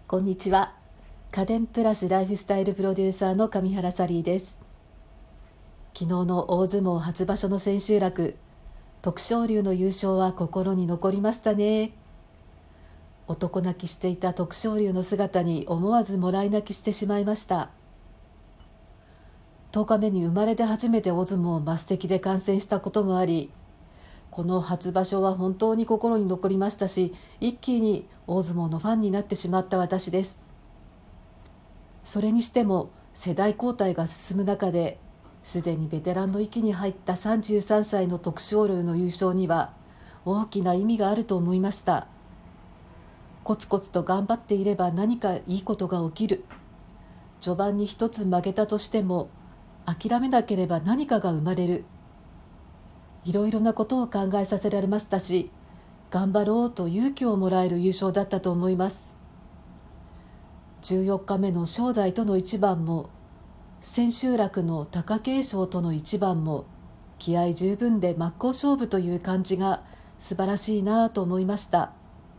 こんにちは。家電プラスライフスタイルプロデューサーの上原サリーです。昨日の大相撲初場所の千秋楽、徳勝龍の優勝は心に残りましたね。男泣きしていた徳勝龍の姿に思わずもらい泣きしてしまいました。10日目に生まれて初めて大相撲を末席で観戦したこともあり、この初場所は本当に心に残りましたし、一気に大相撲のファンになってしまった私です。それにしても世代交代が進む中で、すでにベテランの域に入った33歳の徳勝龍の優勝には大きな意味があると思いました。コツコツと頑張っていれば何かいいことが起きる。序盤に一つ負けたとしても諦めなければ何かが生まれる。いろいろなことを考えさせられましたし、頑張ろうと勇気をもらえる優勝だったと思います。14日目の正代との一番も、千秋楽の貴景勝との一番も、気合十分で真っ向勝負という感じが素晴らしいなと思いました。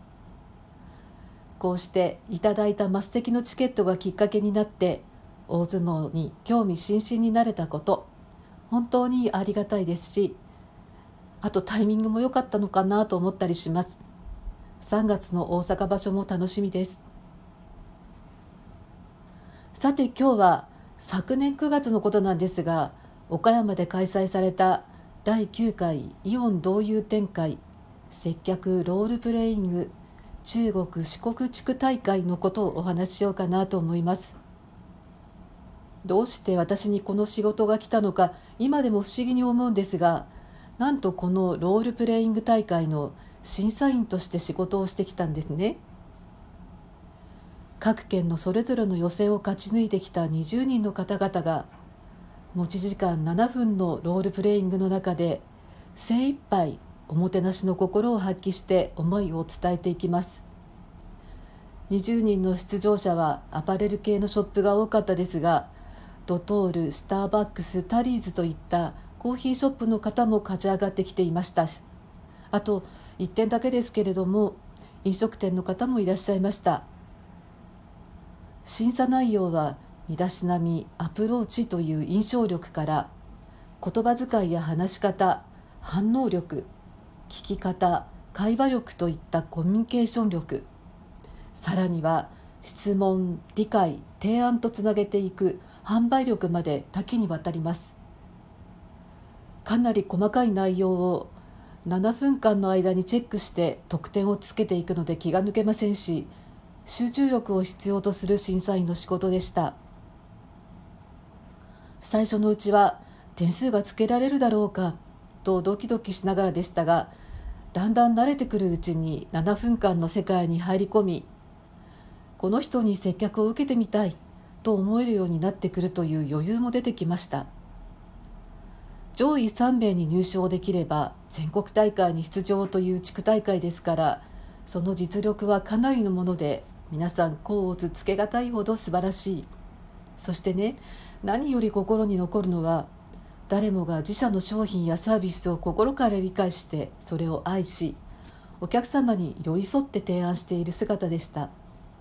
こうしていただいた末席のチケットがきっかけになって大相撲に興味津々になれたこと、本当にありがたいですし、あとタイミングも良かったのかなと思ったりします。3月の大阪場所も楽しみです。さて今日は昨年9月のことなんですが、岡山で開催された第9回イオン同友展会接客ロールプレイング中国四国地区大会のことをお話ししようかなと思います。どうして私にこの仕事が来たのか今でも不思議に思うんですが、なんとこのロールプレイング大会の審査員として仕事をしてきたんですね。各県のそれぞれの予選を勝ち抜いてきた20人の方々が持ち時間7分のロールプレイングの中で精一杯おもてなしの心を発揮して思いを伝えていきます。20人の出場者はアパレル系のショップが多かったですが、ドトール、スターバックス、タリーズといったコーヒーショップの方も勝ち上がってきていましたし、あと1点だけですけれども飲食店の方もいらっしゃいました。審査内容は身だしなみ、アプローチという印象力から言葉遣いや話し方、反応力、聞き方、会話力といったコミュニケーション力、さらには質問、理解、提案とつなげていく販売力まで多岐にわたります。かなり細かい内容を7分間の間にチェックして得点をつけていくので気が抜けませんし、集中力を必要とする審査員の仕事でした。最初のうちは点数がつけられるだろうかとドキドキしながらでしたが、だんだん慣れてくるうちに7分間の世界に入り込み、この人に接客を受けてみたいと思えるようになってくるという余裕も出てきました。上位3名に入賞できれば全国大会に出場という地区大会ですから、その実力はかなりのもので、皆さん甲乙つけがたいほど素晴らしい。そしてね、何より心に残るのは、誰もが自社の商品やサービスを心から理解してそれを愛し、お客様に寄り添って提案している姿でした。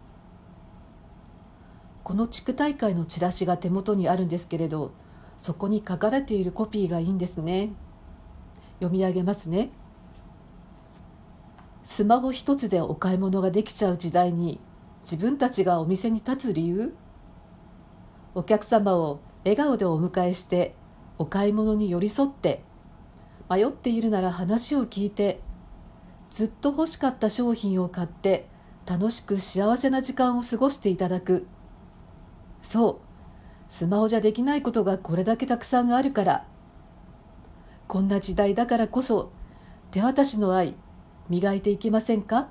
この地区大会のチラシが手元にあるんですけれど、そこに書かれているコピーがいいんですね。読み上げますね。スマホ一つでお買い物ができちゃう時代に自分たちがお店に立つ理由、お客様を笑顔でお迎えしてお買い物に寄り添って、迷っているなら話を聞いて、ずっと欲しかった商品を買って楽しく幸せな時間を過ごしていただく。そう、スマホじゃできないことがこれだけたくさんあるから、こんな時代だからこそ手渡しの愛磨いていきませんか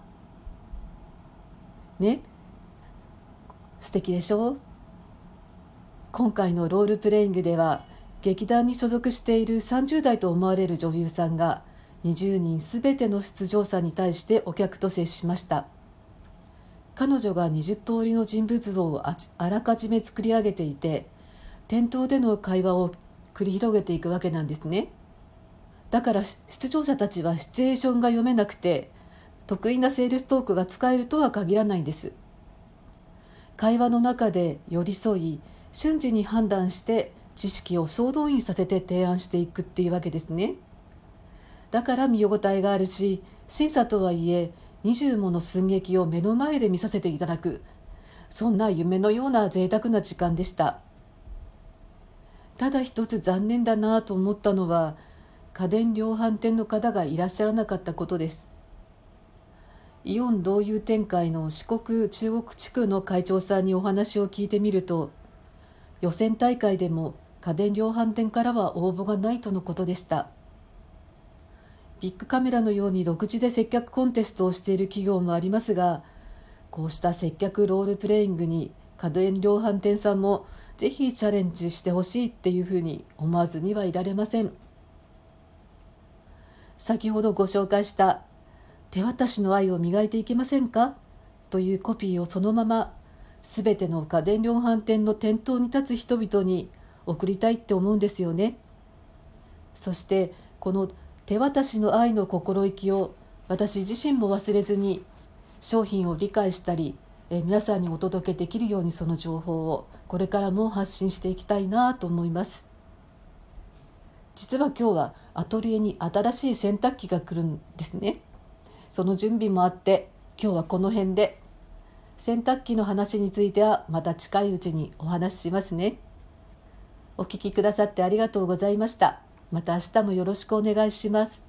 ね。素敵でしょう。今回のロールプレイングでは劇団に所属している30代と思われる女優さんが20人すべての出場者に対してお客と接しました。彼女が20通りの人物像をあらかじめ作り上げていて、店頭での会話を繰り広げていくわけなんですね。だから出場者たちはシチュエーションが読めなくて、得意なセールストークが使えるとは限らないんです。 会話の中で寄り添い、瞬時に判断して知識を総動員させて提案していくっていうわけですね。だから見応えがあるし、審査とはいえ20もの寸劇を目の前で見させていただく、そんな夢のような贅沢な時間でした。ただ一つ残念だなと思ったのは、家電量販店の方がいらっしゃらなかったことです。イオン同友展会の四国中国地区の会長さんにお話を聞いてみると、予選大会でも家電量販店からは応募がないとのことでした。ビッグカメラのように独自で接客コンテストをしている企業もありますが、こうした接客ロールプレイングに家電量販店さんもぜひチャレンジしてほしいっていうふうに思わずにはいられません。先ほどご紹介した手渡しの愛を磨いていけませんかというコピーをそのまま全ての家電量販店の店頭に立つ人々に送りたいって思うんですよね。そしてこの手渡しの愛の心意気を私自身も忘れずに、商品を理解したり皆さんにお届けできるように、その情報をこれからも発信していきたいなと思います。実は今日はアトリエに新しい洗濯機が来るんですね。その準備もあって今日はこの辺で。洗濯機の話についてはまた近いうちにお話ししますね。お聞きくださってありがとうございました。また明日もよろしくお願いします。